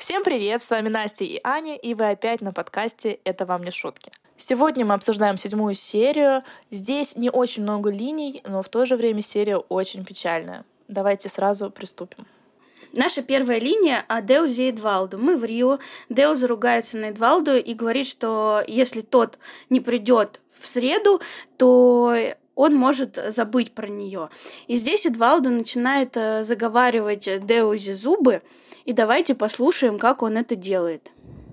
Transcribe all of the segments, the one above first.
Всем привет, с вами Настя и Аня, и вы опять на подкасте «Это вам не шутки». Сегодня мы обсуждаем 7-ю серию. Здесь не очень много линий, но в то же время серия очень печальная. Давайте сразу приступим. Наша первая линия о Деузе и Эдвалду. Мы в Рио. Деуза ругается на Эдвалду и говорит, что если тот не придет в среду, то он может забыть про нее. И здесь Эдвалдо начинает заговаривать Деузе зубы. И давайте послушаем, как он это делает.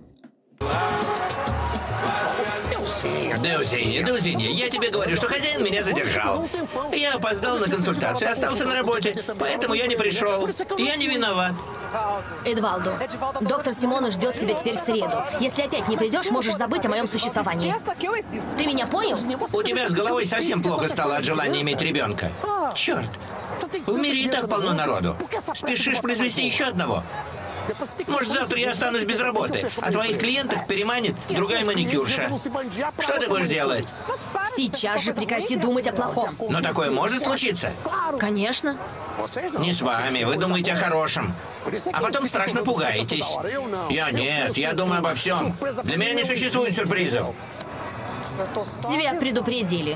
Деузини, я тебе говорю, что хозяин меня задержал. Я опоздал на консультацию, остался на работе, поэтому я не пришел. Я не виноват. Эдвалдо, доктор Симона ждет тебя теперь в среду. Если опять не придешь, можешь забыть о моем существовании. Ты меня понял? У тебя с головой совсем плохо стало от желания иметь ребенка. Черт, в мире и так полно народу. Спешишь произвести еще одного? Может, завтра я останусь без работы, а твоих клиенток переманит другая маникюрша. Что ты будешь делать? Сейчас же прекрати думать о плохом. Но такое может случиться? Конечно. Не с вами, вы думаете о хорошем. А потом страшно пугаетесь. Я думаю обо всем. Для меня не существует сюрпризов. Тебя предупредили.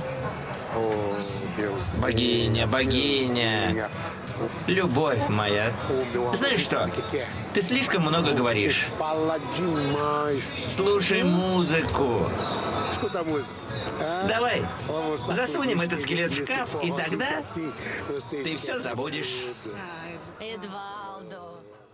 Богиня. Любовь моя. Знаешь что? Ты слишком много говоришь. Слушай музыку. Давай, засунем этот скелет в шкаф, и тогда ты все забудешь. Эдвалдо.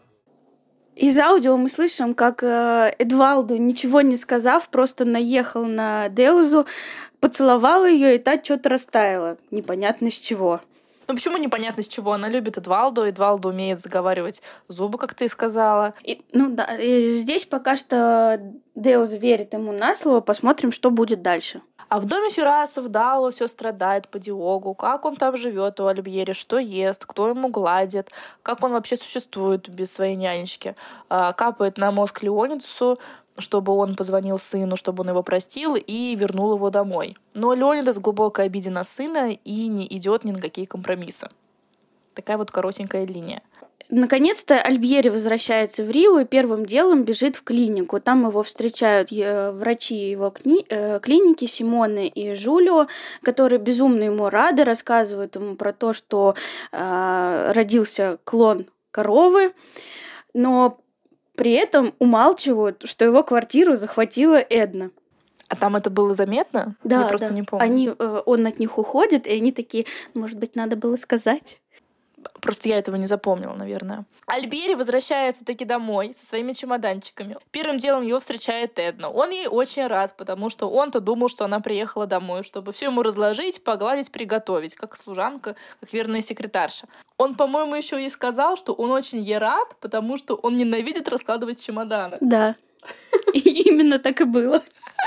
Из аудио мы слышим, как Эдвалду, ничего не сказав, просто наехал на Деузу, поцеловал ее, и та что-то растаяла. Непонятно с чего. Ну почему непонятно с чего? Она любит Эдвалду, Эдвалду умеет заговаривать зубы, как ты сказала. И здесь пока что Деуза верит ему на слово, посмотрим, что будет дальше. А в доме Феррасов Далло все страдает по Диогу, как он там живет у Альбьери, что ест, кто ему гладит, как он вообще существует без своей нянечки. Капает на мозг Леонидасу, чтобы он позвонил сыну, чтобы он его простил и вернул его домой. Но Леонидас в глубокой обиде на сына и не идет ни на какие компромиссы. Такая вот коротенькая линия. Наконец-то Альбьери возвращается в Рио и первым делом бежит в клинику. Там его встречают врачи его клиники, Симоне и Жулио, которые безумно ему рады, рассказывают ему про то, что родился клон коровы, но при этом умалчивают, что его квартиру захватила Эдна. А там это было заметно? Да, я просто не помню. Он от них уходит, и они такие, может быть, надо было сказать. Просто я этого не запомнила, наверное. Альбьери возвращается таки домой со своими чемоданчиками. Первым делом его встречает Эдна. Он ей очень рад, потому что он-то думал, что она приехала домой, чтобы все ему разложить, погладить, приготовить, как служанка, как верная секретарша. Он, по-моему, еще ей сказал, что он очень ей рад, потому что он ненавидит раскладывать чемоданы. Да, именно так и было.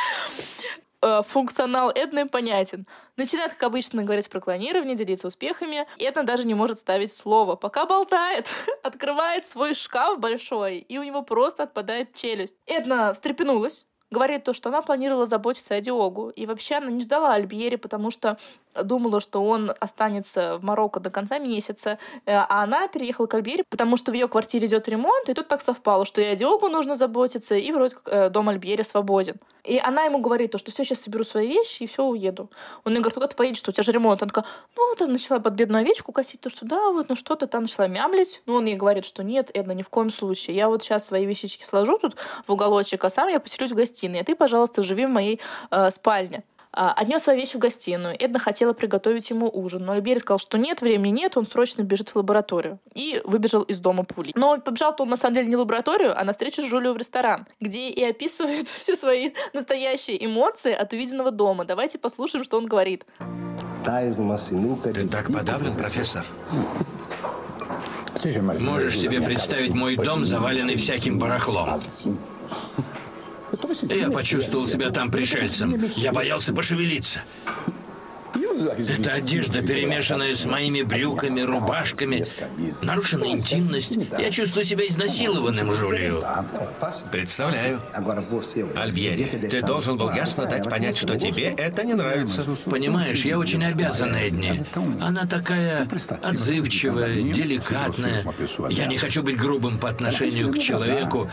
Функционал Эдны понятен. Начинает, как обычно, говорить про клонирование, делиться успехами. Эдна даже не может ставить слово. Пока болтает, открывает свой шкаф большой, и у него просто отпадает челюсть. Эдна встрепенулась, говорит то, что она планировала заботиться о Диогу. И вообще она не ждала Альбьери, потому что думала, что он останется в Марокко до конца месяца. А она переехала к Альбьери, потому что в ее квартире идет ремонт. И тут так совпало, что и о Диогу нужно заботиться, и вроде как дом Альбьери свободен. И она ему говорит то, что все, сейчас соберу свои вещи и все, уеду. Он ей говорит, куда ты поедешь, что у тебя же ремонт. Она такая, там начала под бедную овечку косить, то, что да, вот, что-то там начала мямлить. Но он ей говорит, что нет, Эдна, ни в коем случае. Я вот сейчас свои вещички сложу тут в уголочек, а сам я поселюсь в гостиной. А ты, пожалуйста, живи в моей спальне. Отнес свои вещи в гостиную. Эдна хотела приготовить ему ужин, но Альбьери сказал, что нет, времени нет, он срочно бежит в лабораторию. И выбежал из дома пулей. Но побежал-то он на самом деле не в лабораторию, а на встречу с Жулио в ресторан, где и описывает все свои настоящие эмоции от увиденного дома. Давайте послушаем, что он говорит. Ты так подавлен, профессор? Можешь себе представить мой дом, заваленный всяким барахлом. Я почувствовал себя там пришельцем. Я боялся пошевелиться. Эта одежда, перемешанная с моими брюками, рубашками, нарушена интимность. Я чувствую себя изнасилованным, Жулио. Представляю. Альбьери, ты должен был ясно дать понять, что тебе это не нравится. Понимаешь, я очень обязан Эдне. Она такая отзывчивая, деликатная. Я не хочу быть грубым по отношению к человеку,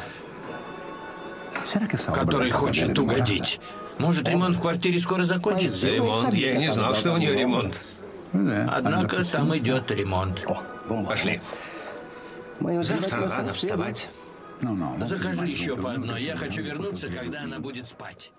который хочет угодить. Может, ремонт в квартире скоро закончится? Ремонт? Я и не знал, что у нее ремонт. Однако там идет ремонт. Пошли. Завтра рано вставать. Закажи еще по одной. Я хочу вернуться, когда она будет спать.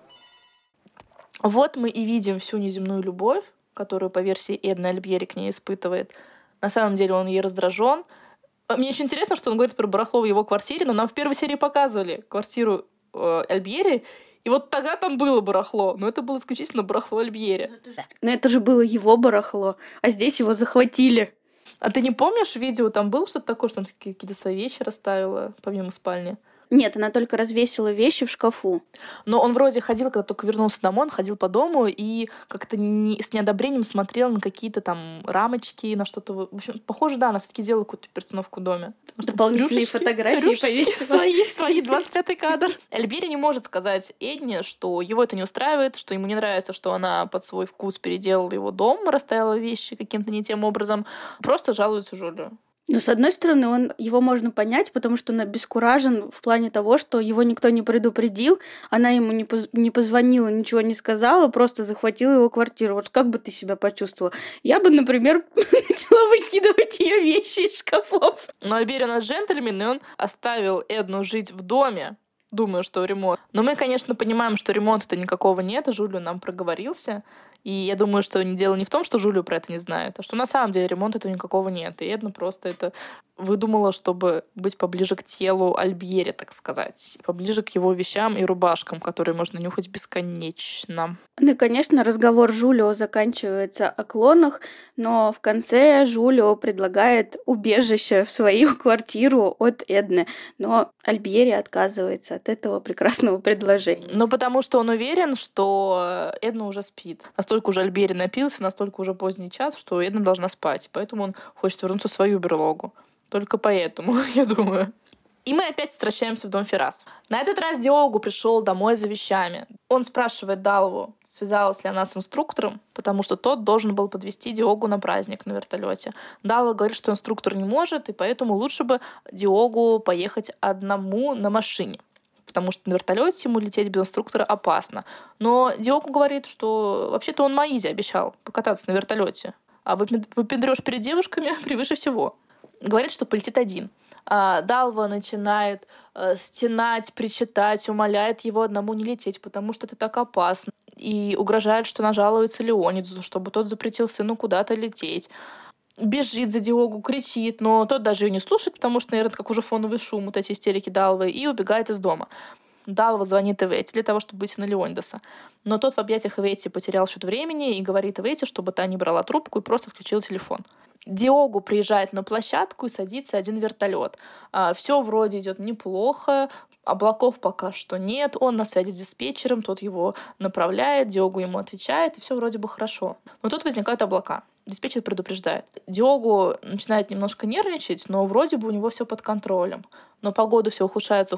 Вот мы и видим всю неземную любовь, которую, по версии Эдны, Альбьери к ней испытывает. На самом деле он ей раздражен. Мне очень интересно, что он говорит про барахло в его квартире, но нам в первой серии показывали квартиру Альбьери, и вот тогда там было барахло, но это было исключительно барахло Альбьери. Но это же было его барахло, а здесь его захватили. А ты не помнишь видео, там было что-то такое, что он какие-то свои вещи расставила помимо спальни? Нет, она только развесила вещи в шкафу. Но он вроде ходил, когда только вернулся домой, он ходил по дому и как-то с неодобрением смотрел на какие-то там рамочки, на что-то. В общем, похоже, да, она все-таки делала какую-то перестановку в доме. Дополнительные фотографии повесила. Свои 25-й кадр. Альбьери не может сказать Эдне, что его это не устраивает, что ему не нравится, что она под свой вкус переделала его дом, расставила вещи каким-то не тем образом. Просто жалуется Жулио. Но, с одной стороны, его можно понять, потому что он обескуражен в плане того, что его никто не предупредил, она ему не позвонила, ничего не сказала, просто захватила его квартиру. Вот как бы ты себя почувствовала? Я бы, например, начала выкидывать ее вещи из шкафов. Но Альбьери у нас джентльмен, и он оставил Эдну жить в доме, думаю, что ремонт. Но мы, конечно, понимаем, что ремонта-то никакого нет, Жулио нам проговорился. И я думаю, что дело не в том, что Жулио про это не знает, а что на самом деле ремонта этого никакого нет. И Эдна просто это выдумала, чтобы быть поближе к телу Альбьери, так сказать. Поближе к его вещам и рубашкам, которые можно нюхать бесконечно. Ну и, конечно, разговор Жулио заканчивается о клонах, но в конце Жулио предлагает убежище в свою квартиру от Эдны. Но Альбьери отказывается от этого прекрасного предложения. Ну, потому что он уверен, что Эдна уже спит. Настолько уже Альбьери напился, настолько уже поздний час, что Эдна должна спать. Поэтому он хочет вернуться в свою берлогу. Только поэтому, я думаю. И мы опять возвращаемся в дом Феррас. На этот раз Диогу пришел домой за вещами. Он спрашивает Далву, связалась ли она с инструктором, потому что тот должен был подвезти Диогу на праздник на вертолете. Далва говорит, что инструктор не может, и поэтому лучше бы Диогу поехать одному на машине, потому что на вертолете ему лететь без инструктора опасно. Но Диогу говорит, что вообще-то он Маизе обещал покататься на вертолете, а выпендрёж перед девушками превыше всего. Говорит, что полетит один. А Далва начинает стенать, причитать, умоляет его одному не лететь, потому что это так опасно. И угрожает, что нажалуется Леонидусу, чтобы тот запретил сыну куда-то лететь. Бежит за Диогу, кричит, но тот даже ее не слушает, потому что, наверное, как уже фоновый шум, вот эти истерики Далвы, и убегает из дома. Далва звонит Иветте для того, чтобы выйти на Леонидаса. Но тот в объятиях Иветти потерял счет времени и говорит Иветте, чтобы та не брала трубку и просто отключила телефон. Диогу приезжает на площадку и садится один вертолет. Все вроде идет неплохо, облаков пока что нет, он на связи с диспетчером, тот его направляет, Диогу ему отвечает, и все вроде бы хорошо. Но тут возникают облака. Диспетчер предупреждает. Диогу начинает немножко нервничать, но вроде бы у него все под контролем. Но погода все ухудшается.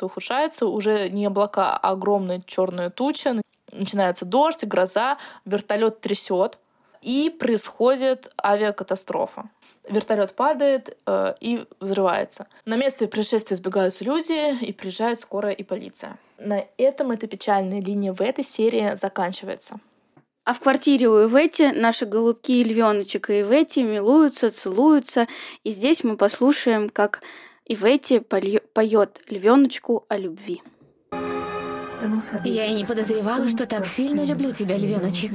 Уже не облака, а огромная черная туча. Начинается дождь, гроза, вертолет трясет. И происходит авиакатастрофа. Вертолет падает и взрывается. На место происшествия сбегаются люди, и приезжает скорая и полиция. На этом эта печальная линия в этой серии заканчивается. А в квартире у Иветти наши голубки Львёночек и Иветти милуются, целуются. И здесь мы послушаем, как Иветти поет Львёночку о любви. Я и не подозревала, что так сильно люблю тебя, Львёночек.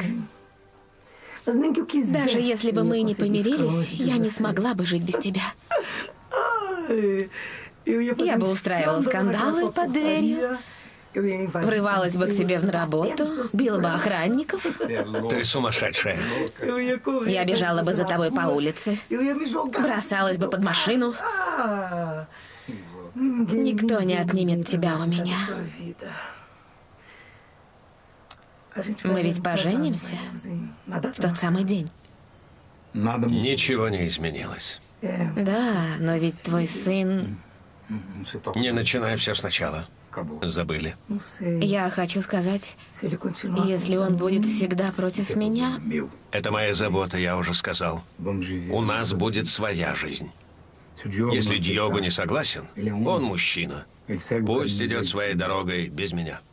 Даже если бы мы не помирились, я не смогла бы жить без тебя. Я бы устраивала скандалы под дверью, врывалась бы к тебе на работу, била бы охранников. Ты сумасшедшая. Я бежала бы за тобой по улице, бросалась бы под машину. Никто не отнимет тебя у меня. Мы ведь поженимся в тот самый день. Ничего не изменилось. Да, но ведь твой сын... Не начинай все сначала. Забыли. Я хочу сказать, если он будет всегда против меня... Это моя забота, я уже сказал. У нас будет своя жизнь. Если Диого не согласен, он мужчина. Пусть идет своей дорогой без меня.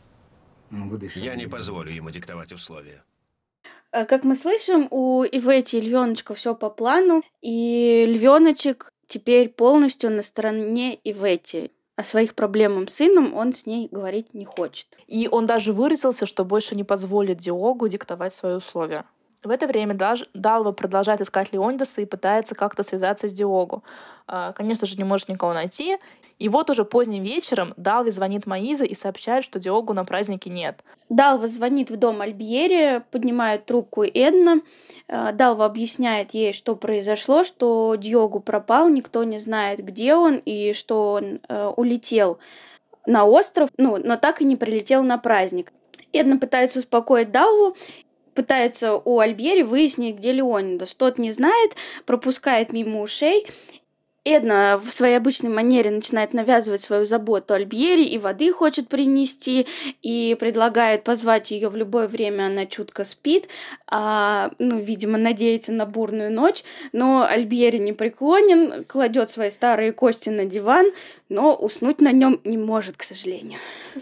Я не позволю ему диктовать условия. Как мы слышим, у Ивети и львеночка все по плану, и львеночек теперь полностью на стороне Ивети. О своих проблемах с сыном он с ней говорить не хочет. И он даже выразился, что больше не позволит Диогу диктовать свои условия. В это время Далва продолжает искать Леонидаса и пытается как-то связаться с Диого. Конечно же, не может никого найти. И вот уже поздним вечером Далве звонит Маиза и сообщает, что Диогу на празднике нет. Далва звонит в дом Альбьери, поднимает трубку Эдна. Далва объясняет ей, что произошло, что Диогу пропал, никто не знает, где он, и что он улетел на остров, но так и не прилетел на праздник. Эдна пытается успокоить Далву, пытается у Альбьери выяснить, где Леонидас. Тот не знает, пропускает мимо ушей. Эдна в своей обычной манере начинает навязывать свою заботу Альбьери, и воды хочет принести, и предлагает позвать ее в любое время, она чутко спит, видимо, надеется на бурную ночь, но Альбьери не преклонен, кладет свои старые кости на диван, но уснуть на нем не может, к сожалению.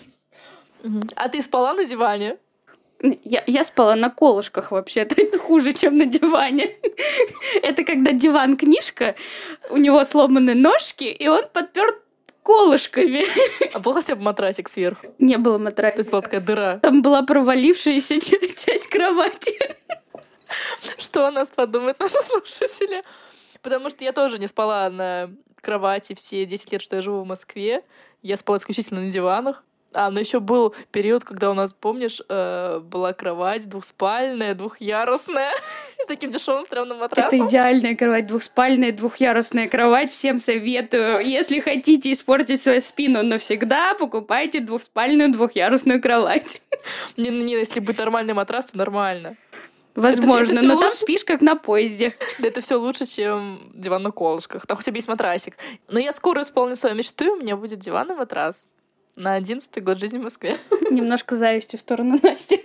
А ты спала на диване? Я спала на колышках вообще-то, это хуже, чем на диване. Это когда диван-книжка, у него сломаны ножки, и он подпёр колышками. А был хотя бы матрасик сверху? Не было матрасика. То есть была такая дыра. Там была провалившаяся часть кровати. Что о нас подумают наши слушатели? Потому что я тоже не спала на кровати все 10 лет, что я живу в Москве. Я спала исключительно на диванах. Но еще был период, когда у нас, помнишь, была кровать двухспальная, двухъярусная, с таким дешевым странным матрасом. Это идеальная кровать, двухспальная, двухъярусная кровать. Всем советую. Если хотите испортить свою спину навсегда, покупайте двухспальную, двухъярусную кровать. Не, если будет нормальный матрас, то нормально. Возможно, но там спишь как на поезде. Да, это все лучше, чем диван на колышках. Там хотя бы есть матрасик. Но я скоро исполню свою мечту, и у меня будет диван и матрас. На 11-й год жизни в Москве. Немножко завистью в сторону Насти.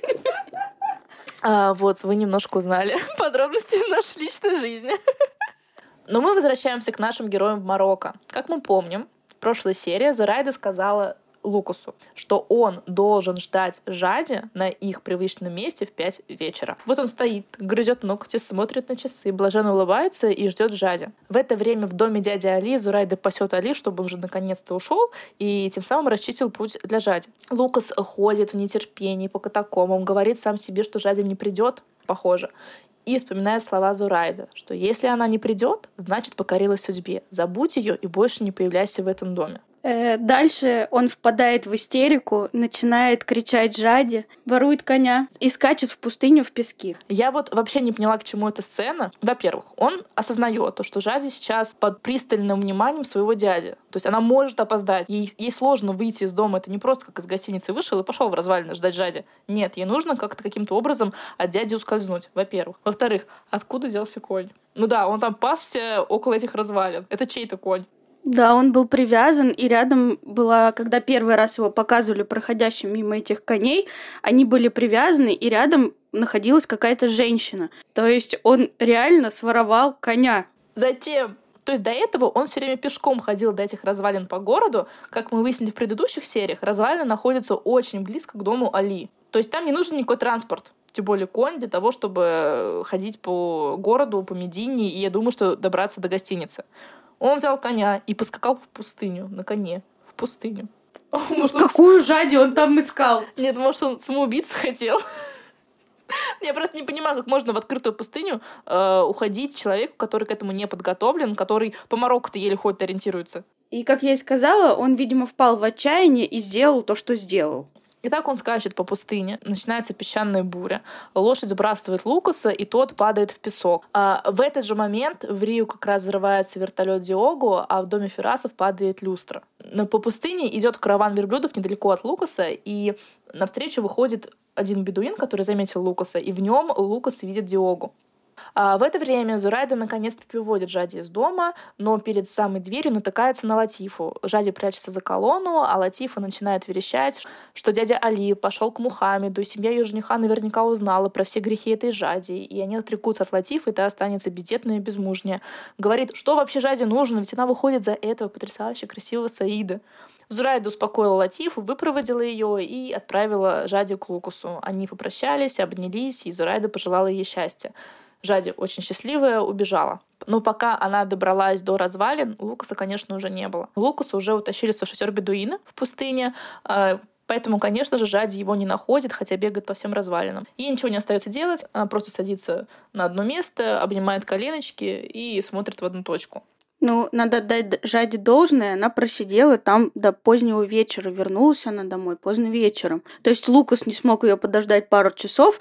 Вот, вы немножко узнали подробности из нашей личной жизни. Но мы возвращаемся к нашим героям в Марокко. Как мы помним, в прошлой серии Зурайда сказала Лукасу, что он должен ждать Жади на их привычном месте в 5 вечера. Вот он стоит, грызет ногти, смотрит на часы, блаженно улыбается и ждет Жади. В это время в доме дяди Али Зурайда пасет Али, чтобы он уже наконец-то ушел, и тем самым расчистил путь для Жади. Лукас ходит в нетерпении по катакомбам, говорит сам себе, что Жади не придет, похоже, и вспоминает слова Зурайда, что если она не придет, значит покорилась судьбе. Забудь ее и больше не появляйся в этом доме. Дальше он впадает в истерику, начинает кричать Жади, ворует коня и скачет в пустыню в пески. Я вот вообще не поняла, к чему эта сцена. Во-первых, он осознает то, что Жади сейчас под пристальным вниманием своего дяди. То есть она может опоздать. Ей сложно выйти из дома. Это не просто как из гостиницы вышел и пошел в развалины ждать Жади. Нет, ей нужно как-то каким-то образом от дяди ускользнуть, во-первых. Во-вторых, откуда взялся конь? Ну да, он там пасся около этих развалин. Это чей-то конь. Да, он был привязан, и рядом была, когда первый раз его показывали проходящим мимо этих коней, они были привязаны, и рядом находилась какая-то женщина. То есть он реально своровал коня. Зачем? То есть до этого он все время пешком ходил до этих развалин по городу. Как мы выяснили в предыдущих сериях, развалины находятся очень близко к дому Али. То есть там не нужен никакой транспорт. Тем более конь для того, чтобы ходить по городу, по Медине, и я думаю, что добраться до гостиницы. Он взял коня и поскакал в пустыню, на коне, в пустыню. Может, какую Жади он там искал? Нет, может, он самоубийца хотел. Я просто не понимаю, как можно в открытую пустыню уходить человеку, который к этому не подготовлен, который по Марокко-то еле ходит и ориентируется. И, как я и сказала, он, видимо, впал в отчаяние и сделал то, что сделал. И так он скачет по пустыне. Начинается песчаная буря. Лошадь сбрасывает Лукаса, и тот падает в песок. А в этот же момент в Рио как раз взрывается вертолет Диого, а в доме Феррасов падает люстра. Но по пустыне идет караван верблюдов недалеко от Лукаса, и навстречу выходит один бедуин, который заметил Лукаса, и в нем Лукас видит Диогу. А в это время Зурайда наконец-таки выводит Жади из дома, но перед самой дверью натыкается на Латифу. Жади прячется за колонну, а Латифа начинает верещать, что дядя Али пошел к Мухаммеду, и семья ее жениха наверняка узнала про все грехи этой Жади, и они отрекутся от Латифы, и та останется бездетная и безмужняя. Говорит, что вообще Жаде нужно, ведь она выходит за этого потрясающе красивого Саида. Зурайда успокоила Латифу, выпроводила ее и отправила Жади к Лукасу. Они попрощались, обнялись, и Зурайда пожелала ей счастья. Жади, очень счастливая, убежала. Но пока она добралась до развалин, Лукаса, конечно, уже не было. Лукаса уже утащили со шатер бедуина в пустыне, поэтому, конечно же, Жади его не находит, хотя бегает по всем развалинам. Ей ничего не остается делать, она просто садится на одно место, обнимает коленочки и смотрит в одну точку. Ну, надо отдать Жаде должное, она просидела там до позднего вечера. Вернулась она домой поздно вечером. То есть Лукас не смог ее подождать пару часов,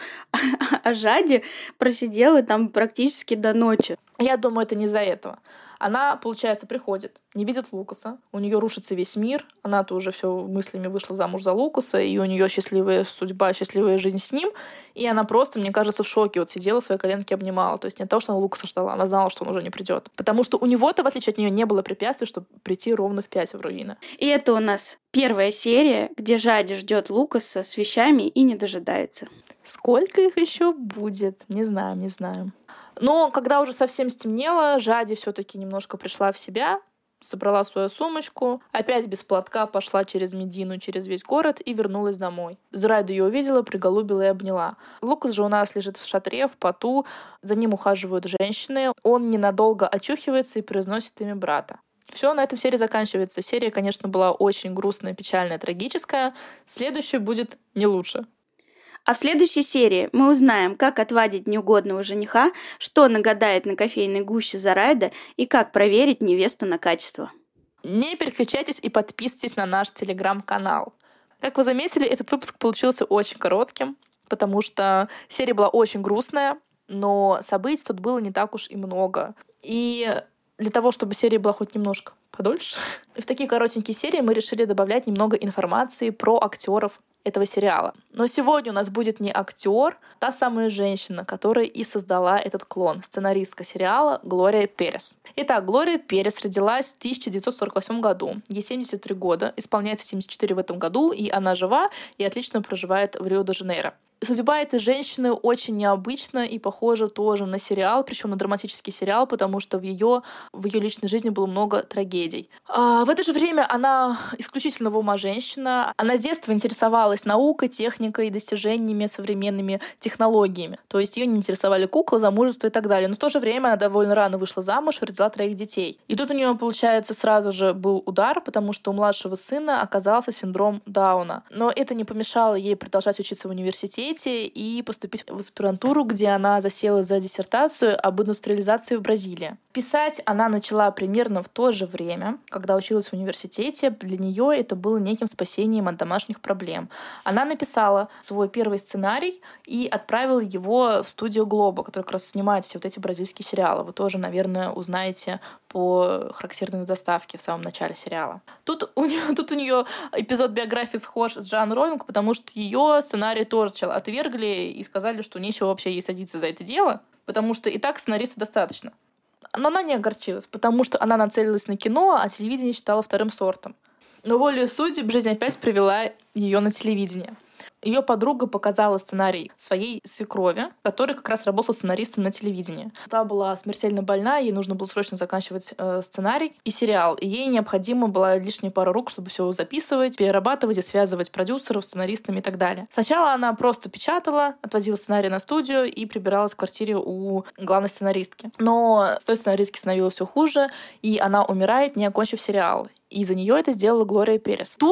а Жаде просидела там практически до ночи. Я думаю, это не из-за этого. Она, получается, приходит, не видит Лукаса, у нее рушится весь мир, она-то уже все мыслями вышла замуж за Лукаса, и у нее счастливая судьба, счастливая жизнь с ним, и она просто, мне кажется, в шоке, вот сидела, свои коленки обнимала. То есть не от того, что она Лукаса ждала, она знала, что он уже не придет. Потому что у него-то, в отличие от нее, не было препятствий, чтобы прийти ровно в 5 в руины. И это у нас первая серия, где Жади ждет Лукаса с вещами и не дожидается. Сколько их еще будет? Не знаю, не знаю. Но когда уже совсем стемнело, Жади все-таки немножко пришла в себя, собрала свою сумочку, опять без платка пошла через Медину, через весь город и вернулась домой. Зурайда ее увидела, приголубила и обняла. Лукас же у нас лежит в шатре, в поту, за ним ухаживают женщины, он ненадолго очухивается и произносит имя брата. Все, на этом серия заканчивается. Серия, конечно, была очень грустная, печальная, трагическая. Следующая будет не лучше. А в следующей серии мы узнаем, как отвадить неугодного жениха, что нагадает на кофейной гуще Зурайда и как проверить невесту на качество. Не переключайтесь и подписывайтесь на наш телеграм-канал. Как вы заметили, этот выпуск получился очень коротким, потому что серия была очень грустная, но событий тут было не так уж и много. И для того, чтобы серия была хоть немножко подольше, в такие коротенькие серии мы решили добавлять немного информации про актеров этого сериала. Но сегодня у нас будет не актер, та самая женщина, которая и создала этот клон, сценаристка сериала Глория Перес. Итак, Глория Перес родилась в 1948 году. Ей 73 года, исполняется 74 в этом году, и она жива и отлично проживает в Рио-де-Жанейро. Судьба этой женщины очень необычна и похожа тоже на сериал, причем на драматический сериал, потому что в ее личной жизни было много трагедий. В это же время она исключительного ума женщина. Она с детства интересовалась наукой, техникой, достижениями, современными технологиями. То есть ее не интересовали куклы, замужество и так далее. Но в то же время она довольно рано вышла замуж и родила 3 детей. И тут у нее, получается, сразу же был удар, потому что у младшего сына оказался синдром Дауна. Но это не помешало ей продолжать учиться в университете и поступить в аспирантуру, где она засела за диссертацию об индустриализации в Бразилии. Писать она начала примерно в то же время, когда училась в университете. Для нее это было неким спасением от домашних проблем. Она написала свой первый сценарий и отправила его в студию Глобо, которая как раз снимает все вот эти бразильские сериалы. Вы тоже, наверное, узнаете по характерной доставке в самом начале сериала. Тут у нее эпизод биографии схож с Джоан Роулинг, потому что ее сценарий тоже отвергли и сказали, что нечего вообще ей садиться за это дело, потому что и так сценаристов достаточно. Но она не огорчилась, потому что она нацелилась на кино, а телевидение считала вторым сортом. Но волею судеб жизнь опять привела ее на телевидение. Ее подруга показала сценарий своей свекрови, которая как раз работала сценаристом на телевидении. Та была смертельно больна, ей нужно было срочно заканчивать сценарий и сериал. И ей необходима была лишняя пара рук, чтобы все записывать, перерабатывать и связывать продюсеров, сценаристами и так далее. Сначала она просто печатала, отвозила сценарий на студию и прибиралась в квартире у главной сценаристки. Но с той сценаристки становилось все хуже, и она умирает, не окончив сериал. И за нее это сделала Глория Перес. Тут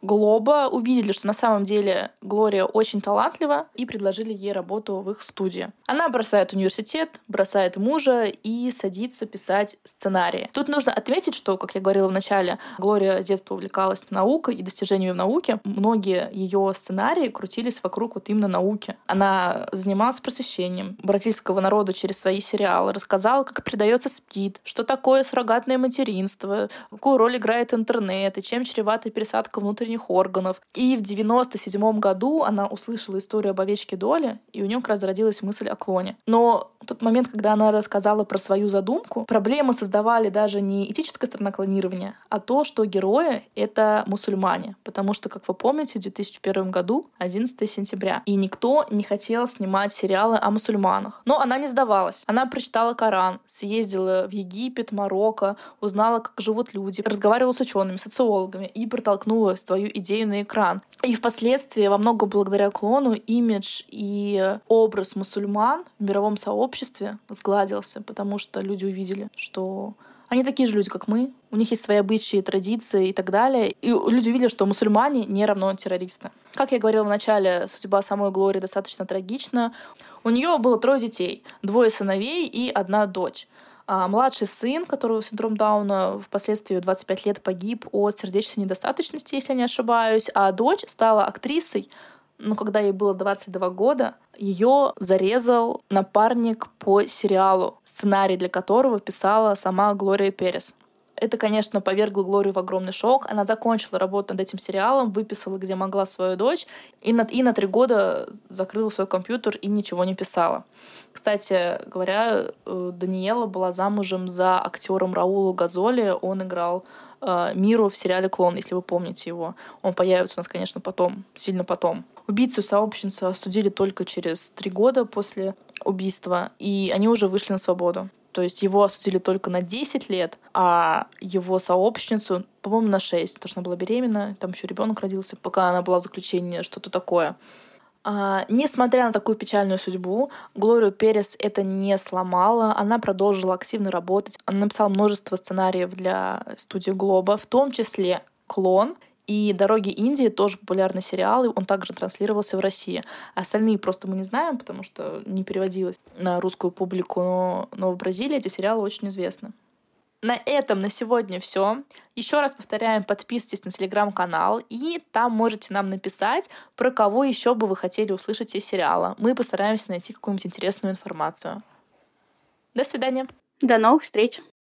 Глоба увидели, что на самом деле Глория очень талантлива, и предложили ей работу в их студии. Она бросает университет, бросает мужа и садится писать сценарии. Тут нужно отметить, что, как я говорила в начале, Глория с детства увлекалась наукой и достижениями в науке. Многие ее сценарии крутились вокруг вот именно науки. Она занималась просвещением бразильского народа через свои сериалы, рассказала, как передается СПИД, что такое суррогатное материнство, какую роль играет интернет и чем чревата пересадка внутренних органов. И в 1997 году она услышала историю об овечке Доле, и у нее как раз зародилась мысль о клоне. Но в тот момент, когда она рассказала про свою задумку, проблемы создавали даже не этическая сторона клонирования, а то, что герои — это мусульмане. Потому что, как вы помните, в 2001 году, 11 сентября, и никто не хотел снимать сериалы о мусульманах. Но она не сдавалась. Она прочитала Коран, съездила в Египет, Марокко, узнала, как живут люди, разговаривала с учеными, социологами и протолкнула свою идею на экран. И впоследствии, во многом благодаря клону, имидж и образ мусульман в мировом сообществе сгладился, потому что люди увидели, что они такие же люди, как мы, у них есть свои обычаи, традиции и так далее. И люди увидели, что мусульмане не равно террористы. Как я говорила в начале, судьба самой Глории достаточно трагична. У нее было 3 детей, 2 сыновей и 1 дочь. Младший сын, которого синдром Дауна, впоследствии в 25 лет погиб от сердечной недостаточности, если я не ошибаюсь, а дочь стала актрисой. Но когда ей было 22 года, ее зарезал напарник по сериалу, сценарий для которого писала сама Глория Перес. Это, конечно, повергло Глорию в огромный шок. Она закончила работу над этим сериалом, выписала, где могла, свою дочь, и на 3 года закрыла свой компьютер и ничего не писала. Кстати говоря, Даниэла была замужем за актером Раулу Газоли. Он играл Миру в сериале «Клон», если вы помните его. Он появится у нас, конечно, потом, сильно потом. Убийцу-сообщницу осудили только через 3 года после убийства, и они уже вышли на свободу. То есть его осудили только на 10 лет, а его сообщницу, по-моему, на 6, потому что она была беременна, там еще ребенок родился, пока она была в заключении, что-то такое. Несмотря на такую печальную судьбу, Глорию Перес это не сломало. Она продолжила активно работать. Она написала множество сценариев для студии Глоба, в том числе «Клон». И «Дороги Индии» тоже популярный сериал, и он также транслировался в России. Остальные просто мы не знаем, потому что не переводилось на русскую публику, но в Бразилии эти сериалы очень известны. На этом на сегодня все. Еще раз повторяем, подписывайтесь на телеграм-канал, и там можете нам написать, про кого еще бы вы хотели услышать из сериала. Мы постараемся найти какую-нибудь интересную информацию. До свидания. До новых встреч.